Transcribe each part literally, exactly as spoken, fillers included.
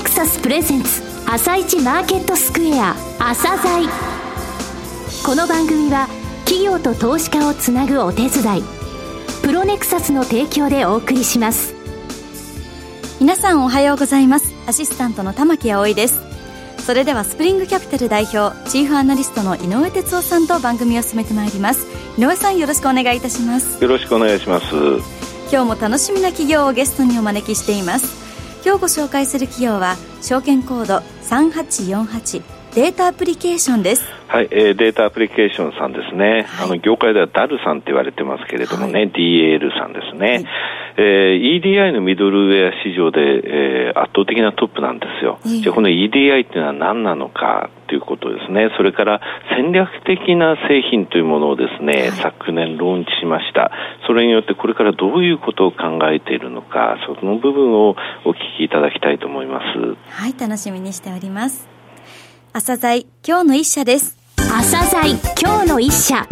クサスプレゼンツ朝一マーケットスクエア朝鮮。この番組は企業と投資家をつなぐお手伝い、プロネクサスの提供でお送りします。 皆さんおはようございます。アシスタントの玉木葵です。それではスプリングキャピタル代表チーフアナリストの井上哲夫さんと番組を進めてまいります。井上さん、よろしくお願いいたします。 よろしくお願いします。 今日も楽しみな企業をゲストにお招きしています。今日ご紹介する企業は証券コードさんはちよんはちデータアプリケーションです。 はい、えー、データアプリケーションさんですね、はい、あの業界ではダルさんと言われてますけれどもね、はい、ディーエーエル さんですね、はい、えー、イーディーアイ のミドルウェア市場で、えー、圧倒的なトップなんですよ、はい、じゃあこの イーディーアイ っていうのは何なのかということですね。それから戦略的な製品というものをですね、はい、昨年ローンチしました。それによってこれからどういうことを考えているのか、その部分をお聞きいただきたいと思います。 はい、楽しみにしております。朝鮮今日の一社です。 朝鮮今日の一社。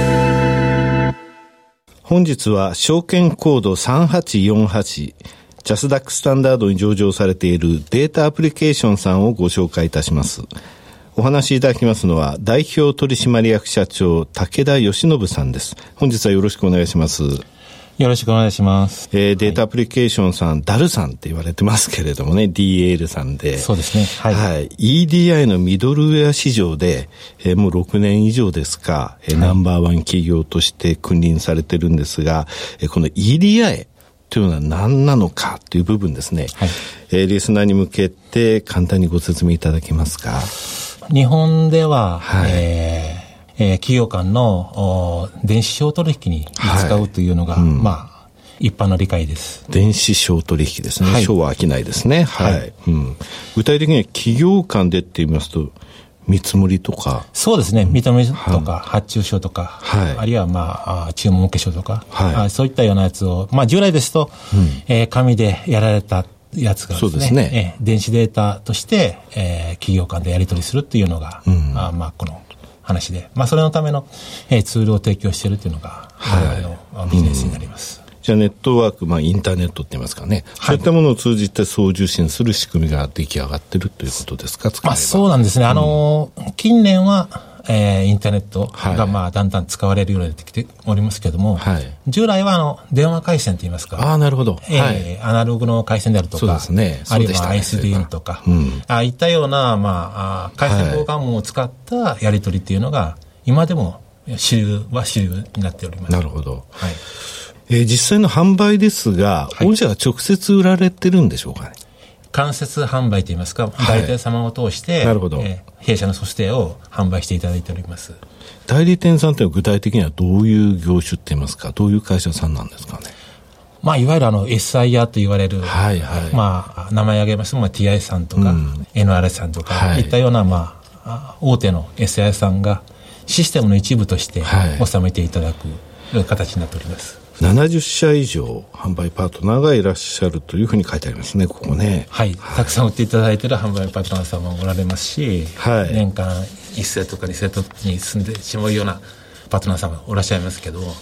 本日は証券コードさんはちよんはちジャスダックスタンダードに上場されているデータアプリケーションさんをご紹介いたします。お話しいただきますのは代表取締役社長武田義信さんです。本日はよろしくお願いします。 よろしくお願いします。 えー、データアプリケーションさん、はい、ダルさんって言われてますけれどもね、ディーエーエル さんで。 そうですね。はい。 はい。イーディーアイ のミドルウェア市場で、えー、もうろくねん以上ですか、えー、ナンバーワン企業として君臨されてるんですが、えー、この イーディーアイ というのは何なのかという部分ですね。はい。えー、リスナーに向けて簡単にご説明いただけますか。 日本では、はい、えーえー、企業間の電子商取引に使うというのが、はい、うん、まあ一般の理解です。 電子商取引ですね。はい、商は商いですね。はい。はい、うん、具体的には企業間でって言いますと見積もりとか。 そうですね。見積もりとか、はい、発注書とか、はい、あるいはまあ注文受け書とか、はい、そういったようなやつを、まあ従来ですと、うん、えー、紙でやられたやつがですね、そうですね、えー、電子データとして、えー、企業間でやり取りするっていうのが、うん、あまあこの話で、まあそれのための、えー、ツールを提供しているというのが、はい、我々のビジネスになります。うん、 じゃあネットワーク、まあインターネットって言いますかね、はい、そういったものを通じて送受信する仕組みが出来上がっているということですか。 まあそうなんですね。あの、うん、近年は、えー、インターネットがまあだんだん使われるようになってきておりますけども、はい、従来はあの電話回線といいますか、 ああなるほど、 えーはい、アナログの回線であるとか、 そうですね、 あるいは アイエスディーエヌ とか、うん、ああいったようなまあ回線交換網を使ったやり取りっていうのが今でも主流は主流になっております。 なるほど。はい。えー、実際の販売ですが、はい、御社が直接売られてるんでしょうかね。 間接販売といいますか、代理店様を通して、なるほど、えー、弊社のソフトウェアを販売していただいております。 代理店さんというのは具体的にはどういう業種って言いますか、どういう会社さんなんですかね。 まあ、いわゆるあの エスアイアール と言われる、はいはい、まあ、名前挙げましても ティーアイ さんとか、うん、エヌアール さんとか、はい、いったような、まあ、大手の エスアイアール さんがシステムの一部として収めていただく形になっております。 ななじゅっしゃ以上販売パートナーがいらっしゃるというふうに書いてありますね、ここね。 はい。はい、たくさん売っていただいている販売パートナー様もおられますし、はい、年間いちセットかにセットに住んでしまうようなパートナー様おらっしゃいますけど、はい、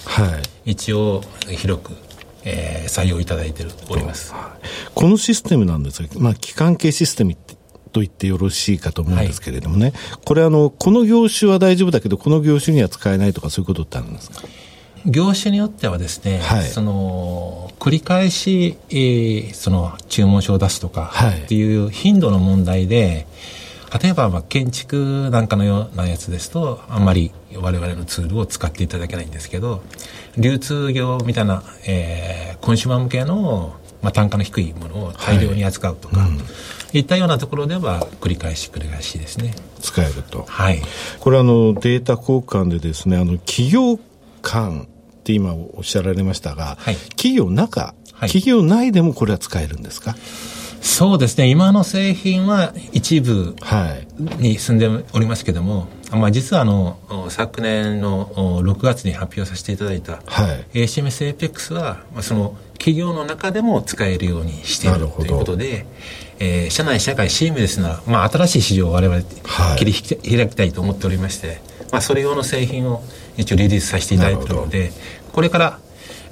一応広く、えー、採用いただいております。 はい、このシステムなんですが、まあ、機関系システムってと言ってよろしいかと思うんですけれどもね、はい、これあのこの業種は大丈夫だけどこの業種には使えないとかそういうことってあるんですか。 業種によってはですね、はい、その繰り返し、えー、その注文書を出すとかっていう頻度の問題で、例えばまあ建築なんかのようなやつですとあんまり我々のツールを使っていただけないんですけど、流通業みたいな、えー、コンシューマー向けの、まあ、単価の低いものを大量に扱うとか、はい、うん、いったようなところでは繰り返し繰り返しですね、 使えると。 はい。 これあのデータ交換でですね、あの企業間って今おっしゃられましたが、はい、企業中、はい、企業内でもこれは使えるんですか。 そうですね、今の製品は一部に住んでおりますけども、はい、まあ、実はあの昨年のろくがつに発表させていただいた、はい、エーシーエムエス エーペックス は、まあ、その企業の中でも使えるようにしているということで、えー、社内社外シームレスな、まあ、新しい市場を我々切り開きたいと思っておりまして、まあ、それ用の製品を一応リリースさせていただいているので、これから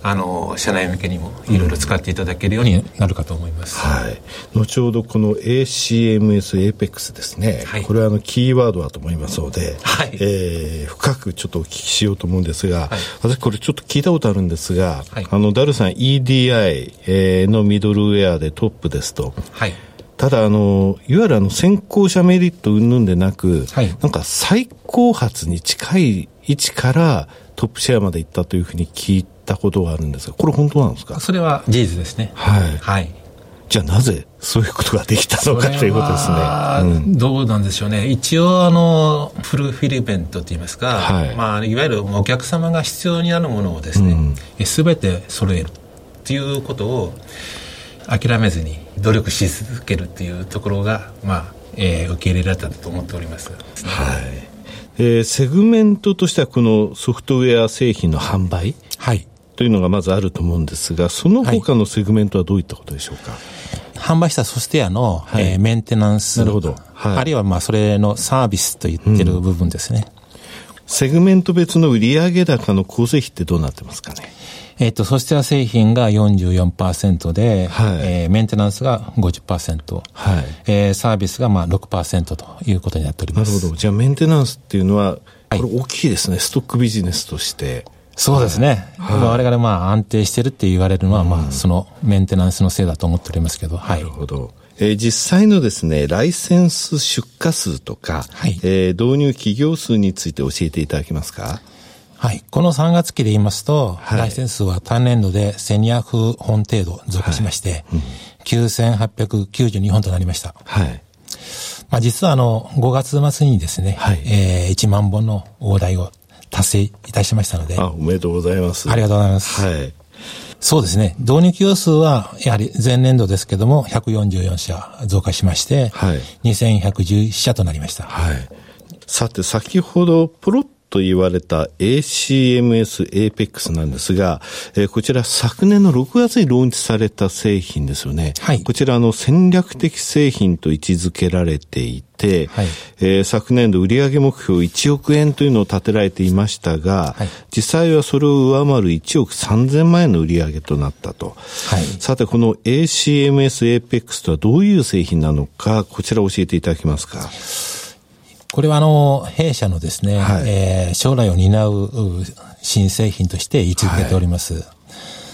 あの社内向けにもいろいろ使っていただけるようになるかと思います、 うん、はい、後ほどこの エーシーエムエス エーペックス ですね、はい、これはあのキーワードだと思いますので、はい、えー、深くちょっとお聞きしようと思うんですが、はい、私これちょっと聞いたことあるんですが、はい、あのダルさん イーディーアイ、えー、のミドルウェアでトップですと、はい、ただあのいわゆるあの先行者メリット云々でなく、はい、なんか最高発に近い位置からトップシェアまでいったというふうに聞いたことがあるんですが、これ本当なんですか？ それは事実ですね。 はい、はい、じゃあなぜそういうことができたのかということですね。 うん、どうなんでしょうね。一応あのフルフィルメントといいますか、はい、まあ、いわゆるお客様が必要になるものをですね、すべ、うん、て揃えるということを諦めずに努力し続けるというところが、まあえー、受け入れられたと思っております、ね。 はい、えー、セグメントとしてはこのソフトウェア製品の販売、はい、というのがまずあると思うんですが、その他のセグメントはどういったことでしょうか？ 販売したソフトウェアの、はい、えー、メンテナンス、なるほど、はい、あるいはまあそれのサービスと言ってる部分ですね、 うん、セグメント別の売上高の構成比ってどうなってますかね？ えっと、ソフトウェア製品が よんじゅうよんパーセント で、はい、えー、メンテナンスが ごじゅっパーセント、はい、えー、サービスがまあ ろくパーセント ということになっております。 なるほど。じゃあメンテナンスっていうのは、これ大きいですね、はい、ストックビジネスとして。 そうですね。はい、我々まあ安定してるって言われるのは、まあそのメンテナンスのせいだと思っておりますけど、はい。 なるほど。えー、実際のですね、ライセンス出荷数とか、はい、えー、導入企業数について教えていただけますか？ はい。このさんがつ期で言いますと、はい、ライセンス数は単年度でせんにひゃくほん程度増加しまして、はい、うん、きゅうせんはっぴゃくきゅうじゅうにほんとなりました。はい。まあ実はあの、ごがつ末にですね、はい、えー、いちまんぼんの大台を達成いたしましたので。 あ、おめでとうございます。 ありがとうございます。はい。そうですね。導入企業数は、やはり前年度ですけども、ひゃくよんじゅうよんしゃ増加しまして、はい、にせんひゃくじゅういちしゃとなりました。はい。 さて、先ほど、ポロッと言われた エーシーエムエス エーペックス なんですが、えー、こちら昨年のろくがつにローンチされた製品ですよね。はい。こちらの戦略的製品と位置づけられていて、はい、えー、昨年度売上目標いちおくえんというのを立てられていましたが、はい、実際はそれを上回るいちおくさんぜんまんえんの売上となったと。はい。さて、この エーシーエムエス エーペックス とはどういう製品なのか、こちら教えていただけますか？ これはあの、弊社のですね、はい、えー、将来を担う新製品として位置づけております。はい、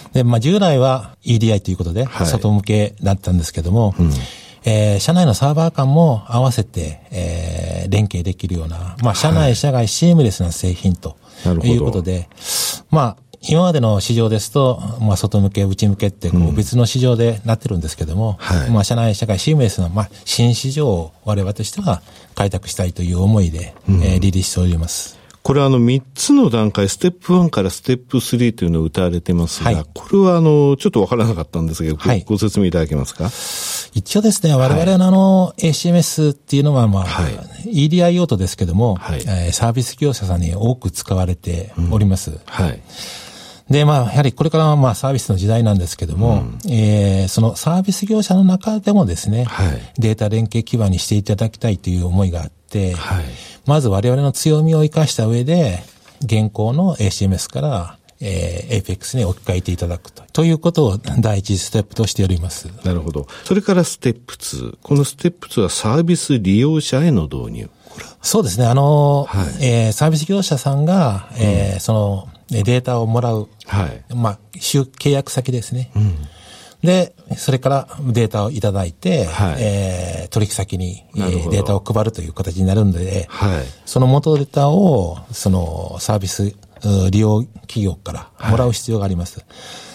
で、まあ、従来は イーディーアイ ということで、外向けだったんですけども、はい、うん、えー、社内のサーバー間も合わせて、えー、連携できるような、まあ、社内、社外シームレスな製品ということで、まあ、今までの市場ですと、まあ、外向け、内向けってこう別の市場でなってるんですけども、うん、はい、まあ、社内、社外シームレスの、まあ、新市場を我々としては開拓したいという思いで、うん、えー、リリースしております。 これはあのみっつの段階、ステップワンからステップスリーというのを謳われてますが、はい、これはあの、ちょっとわからなかったんですが、はい、ご, ご説明いただけますか？ 一応ですね、我々のあの、エーシーエムエス っていうのはまあ、はい、イーディーアイ 用途ですけども、はい、えー、サービス業者さんに多く使われております。うん、はい。で、まあ、やはりこれからはまあサービスの時代なんですけども、うん、えー、そのサービス業者の中でもですね、はい、データ連携基盤にしていただきたいという思いがあって、はい、まず我々の強みを生かした上で、現行の エーシーエムエス から、えー、エーペックス に置き換えていただくと。ということを第一ステップとしております。 なるほど。それからステップツー。このステップツーはサービス利用者への導入。 そうですね。あの、はい、えー、サービス業者さんが、えーうん、その、データをもらう。はい。まあ、契約先ですね。うん。で、それからデータをいただいて、はい、えー、取引先に、えー、データを配るという形になるので、はい。その元データを、その、サービス利用企業からもらう必要があります。はい、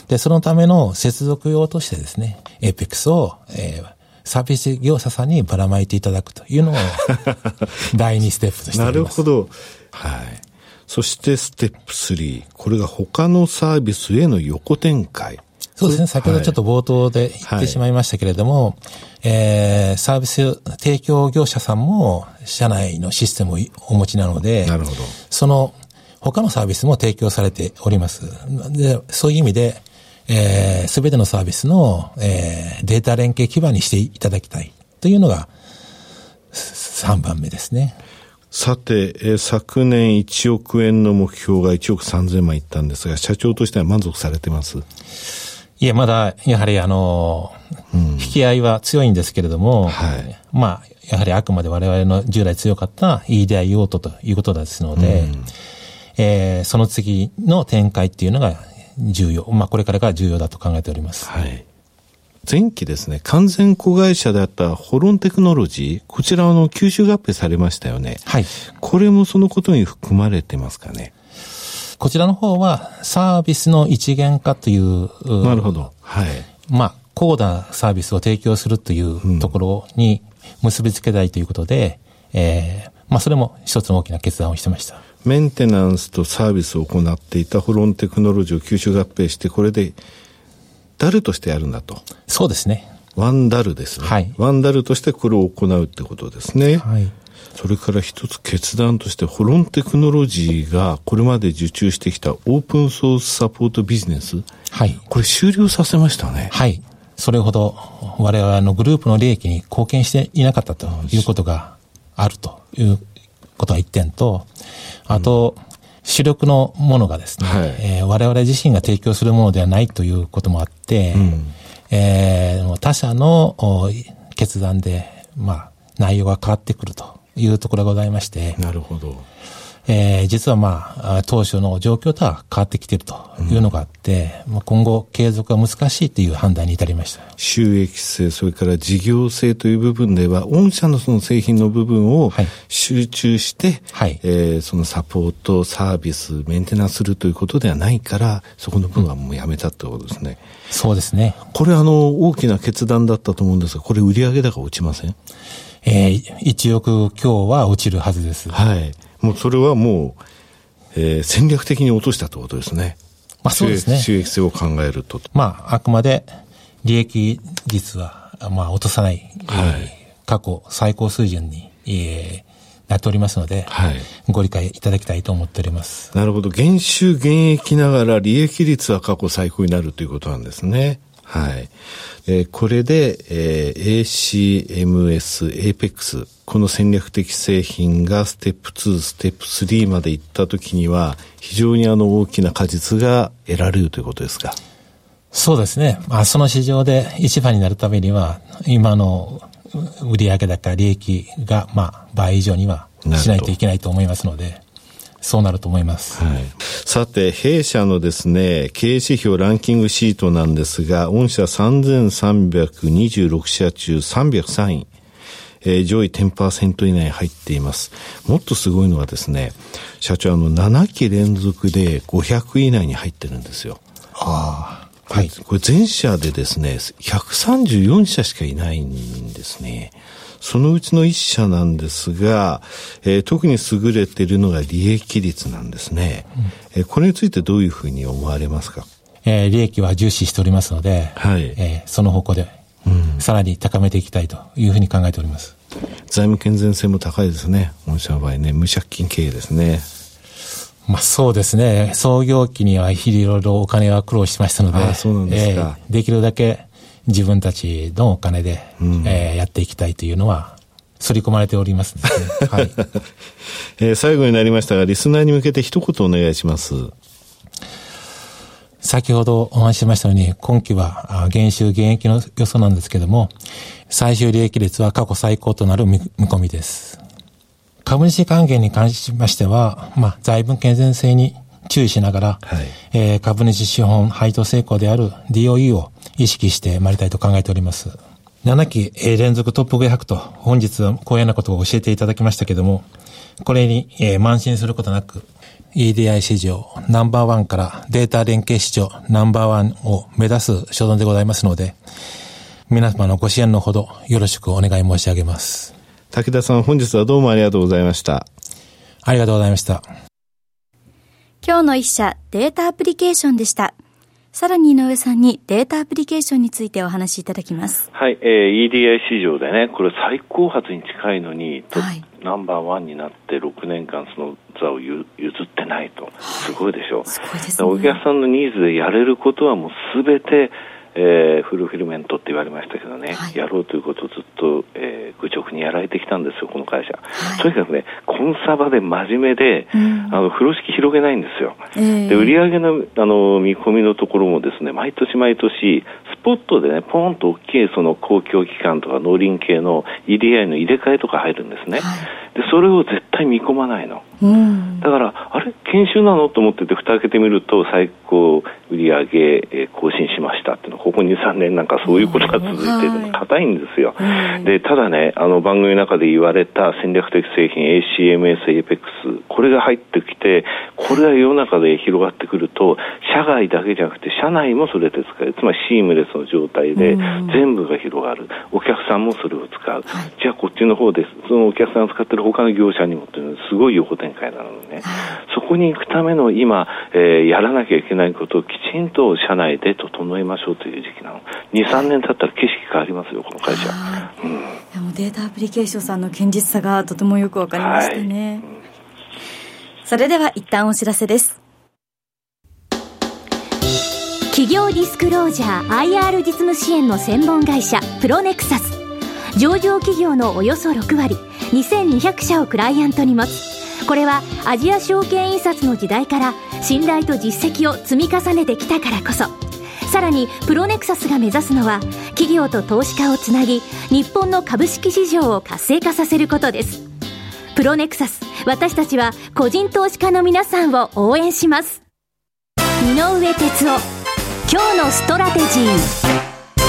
で、そのための接続用としてですね、エーペックス を、えー、サービス業者さんにばらまいていただくというのを第二ステップとしております。 なるほど。はい。そしてステップスリー。これが他のサービスへの横展開。 そうですね。先ほどちょっと冒頭で言ってしまいましたけれども、はい、えー、サービス提供業者さんも社内のシステムをお持ちなので、なるほど。その他のサービスも提供されております。で、そういう意味で、えー、すべてのサービスの、えー、データ連携基盤にしていただきたいというのがさんばんめですね。 さて、えー、昨年いちおくえんの目標がいちおくさんぜんまんいったんですが、社長としては満足されてます？ いや、まだ、やはりあの、うん、引き合いは強いんですけれども、はい、まあ、やはりあくまで我々の従来強かった イーディーアイ 用途ということですので、うん、えー、その次の展開っていうのが重要、まあ、これからが重要だと考えております。 はい。前期ですね、完全子会社であったホロンテクノロジー、こちらの吸収合併されましたよね。 はい。 これもそのことに含まれてますかね。 こちらの方はサービスの一元化という。 なるほど。はい。 まあ、高度なサービスを提供するというところに結びつけたいということで、うん、えー、まあ、それも一つの大きな決断をしてました。 メンテナンスとサービスを行っていたホロンテクノロジーを吸収合併して、これでダルとしてやるんだと。 そうですね。 ワンダルですね。 はい。 ワンダルとしてこれを行うってことですね。 はい。 それから一つ決断として、ホロンテクノロジーがこれまで受注してきたオープンソースサポートビジネス。 はい。 これ終了させましたね。 はい。それほど我々のグループの利益に貢献していなかったということがあるということが一点と、あと、うん主力のものがですね、はいえー、我々自身が提供するものではないということもあって、うんえー、他社の決断で、まあ、内容が変わってくるというところがございまして、 なるほど。 えー、実はまあ、当初の状況とは変わってきているというのがあって、うん、今後継続が難しいという判断に至りました。 収益性、それから事業性という部分では、御社のその製品の部分を集中して、はいえー、そのサポート、サービス、メンテナンスするということではないから、そこの部分はもうやめたってことですね。 うん、そうですね。 これあの、大きな決断だったと思うんですが、これ売上高落ちません？ えー、いちおく強は落ちるはずです。 はい。もうそれはもう、えー、戦略的に落としたってことですね。 まあそうですね。 収益性を考えると。 まああくまで利益率はまあ落とさない、はいえー、過去最高水準に、えー、なっておりますので、はい、ご理解いただきたいと思っております。 なるほど。減収減益ながら利益率は過去最高になるということなんですね。はい。えー、これで、えー、エーシーエムエス、エーペックス、この戦略的製品がステップツー、ステップスリーまで行ったときには、非常にあの大きな果実が得られるということですか？ そうですね。まあ、その市場で一番になるためには、今の売上高、利益が、まあ、倍以上にはしないといけないと思いますので、そうなると思います。 はい。さて、弊社のですね、経営指標ランキングシートなんですが、御社さんぜんさんびゃくにじゅうろくしゃ中さんびゃくさんい、えー、上位 じゅっパーセント 以内に入っています。もっとすごいのはですね、社長あのななき連続でごひゃくい以内に入ってるんですよ。 ああ。はい。 これ全社でですね、ひゃくさんじゅうよんしゃしかいないんですね。そのうちのいっしゃなんですが、えー、特に優れているのが利益率なんですね、うんえー。これについてどういうふうに思われますか？ えー、利益は重視しておりますので、はいえー、その方向で、うん、さらに高めていきたいというふうに考えております。 財務健全性も高いですね。御社の場合ね、無借金経営ですね。 まあそうですね。創業期にはいろいろお金は苦労しましたので、 あ、そうなんですか。 えー、できるだけ自分たちのお金で、うんえー、やっていきたいというのは刷り込まれておりますので、ねはいえー、最後になりましたがリスナーに向けて一言お願いします。 先ほどお話ししましたように今期は減収減益の予想なんですけども最終利益率は過去最高となる見込みです。株主還元に関しましては、まあ、財務健全性に注意しながら、はいえー、株主資本配当成功である ディーオーイー を意識してまいりたいと考えております。ななき連続トップごひゃくと本日は光栄なことを教えていただきましたけども、これに、えー、慢心することなく イーディーアイ 市場ナンバーワンからデータ連携市場ナンバーワンを目指す所存でございますので、皆様のご支援のほどよろしくお願い申し上げます。 武田さん、本日はどうもありがとうございました。 ありがとうございました。 今日の一社データアプリケーションでした。さらに井上さんにデータアプリケーションについてお話しいただきます。 はい、えー、イーディーアイ 市場でね、これ最高発に近いのに、はい、ナンバーワンになってろくねんかんその座を譲ってないと、すごいでしょう、はい、 すごいですね。 お客さんのニーズでやれることはもうすべて、えー、フルフィルメントって言われましたけどね、はい、やろうということをずっと、えー、 愚直にやられてきたんですよ、この会社。はい、とにかくね、コンサバで真面目で、うん、あの風呂敷広げないんですよ。えー、で売上のあの見込みのところもですね、毎年毎年スポットでね、ポーンと大きいその公共機関とか農林系の イーディーアイ の入れ替えとか入るんですね。はい、でそれを絶対見込まないの。うん、だからあれ研修なのと思ってて蓋開けてみると最高売上、えー、更新しましたっていうのここ にさんねんなんかそういうことが続いているの硬いんですよ。はい、でただね、あの番組の中で言われた戦略的製品 エーシーエムエス エーペックス、これが入ってきて、これが世の中で広がってくると社外だけじゃなくて社内もそれで使える、つまりシームレスの状態で全部が広がる、お客さんもそれを使う、はい、じゃあこっちの方でそのお客さんが使っている他の業者にもというのはすごい横展開なのでね、はい、そこに行くための今、えー、やらなきゃいけないことをきちんと社内で整えましょうという時期なの。にさんねん経ったら景色変わりますよ、この会社。うん、いやもうデータアプリケーションさんの堅実さがとてもよくわかりましたね。はい、うん、それでは一旦お知らせです。 企業ディスクロージャー アイアール 実務支援の専門会社プロネクサス、上場企業のおよそろくわりにせんにひゃくしゃをクライアントに持つ。これはアジア証券印刷の時代から信頼と実績を積み重ねてきたからこそ。さらにプロネクサスが目指すのは企業と投資家をつなぎ日本の株式市場を活性化させることです。プロネクサス、私たちは個人投資家の皆さんを応援します。井上哲夫、今日のストラテジー。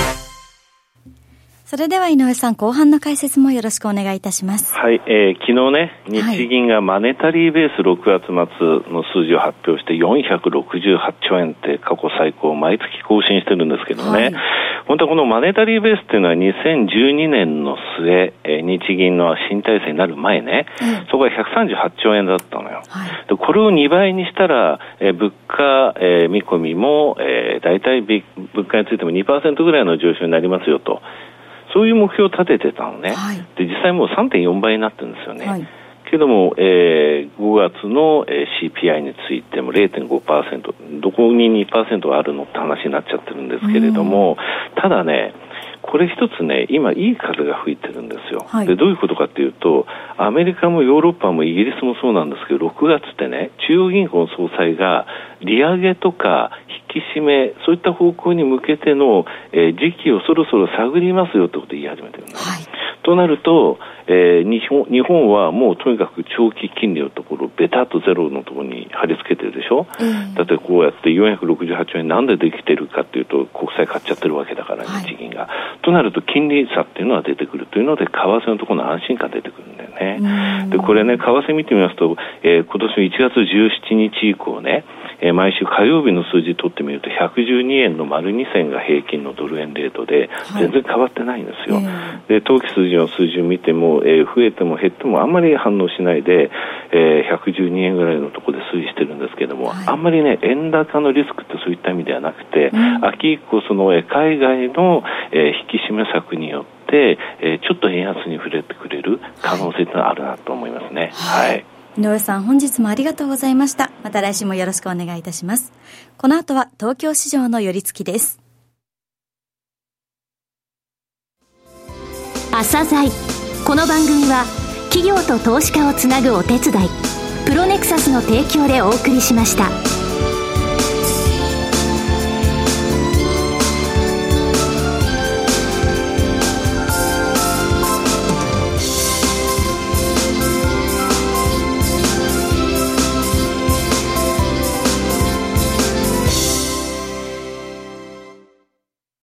それでは井上さん、後半の解説もよろしくお願いいたします。 はい、えー、昨日ね、日銀がマネタリーベースろくがつ末の数字を発表してよんひゃくろくじゅうはちちょうえんって過去最高を毎月更新してるんですけどね、はい、本当はこのマネタリーベースっていうのはにせんじゅうにねんの末、えー、日銀の新体制になる前ね、うん、そこがひゃくさんじゅうはちちょうえんだったのよ。はい、でこれをにばいにしたら、えー、物価、えー、見込みも、えー、だいたい物価についても にパーセント ぐらいの上昇になりますよと、そういう目標を立ててたのね。はい、で実際もう さんてんよんばいになってるんですよね。はい、けども、えー、ごがつの、えー、シーピーアイ についても れいてんごパーセント、どこに にパーセント があるのって話になっちゃってるんですけれども、ただね、これ一つね、今いい風が吹いてるんですよ。はい、でどういうことかっていうと、アメリカもヨーロッパもイギリスもそうなんですけど、ろくがつってね、中央銀行の総裁が利上げとか引き締め、そういった方向に向けての、えー、時期をそろそろ探りますよってことを言い始めてるんです。はい、となると、えー、日本、日本はもうとにかく長期金利のところベタっとゼロのところに貼り付けてるでしょ。うん、だってこうやってよんひゃくろくじゅうはちちょうえんなんでできてるかっていうと、国債買っちゃってるわけだから、日銀が、はい、となると金利差っていうのは出てくるというので、為替のところの安心感出てくるんだよね。でこれね、為替見てみますと、えー、今年のいちがつじゅうしちにち以降ね、えー、毎週火曜日の数字取ってみるとひゃくじゅうにえんの丸に銭が平均のドル円レートで全然変わってないんですよ。はい、で当期数字の数字を見ても、えー、増えても減ってもあんまり反応しないで、えー、ひゃくじゅうにえんぐらいのところで推移してるんですけども、はい、あんまりね、円高のリスクってそういった意味ではなくて、うん、秋以降その、えー、海外の、えー、引き締め策によって、えー、ちょっと円安に触れてくれる可能性があるなと思いますね。はい、はい、 井上さん、本日もありがとうございました。また来週もよろしくお願いいたします。この後は東京市場の寄り付きです。 朝鮮。この番組は企業と投資家をつなぐお手伝い、プロネクサスの提供でお送りしました。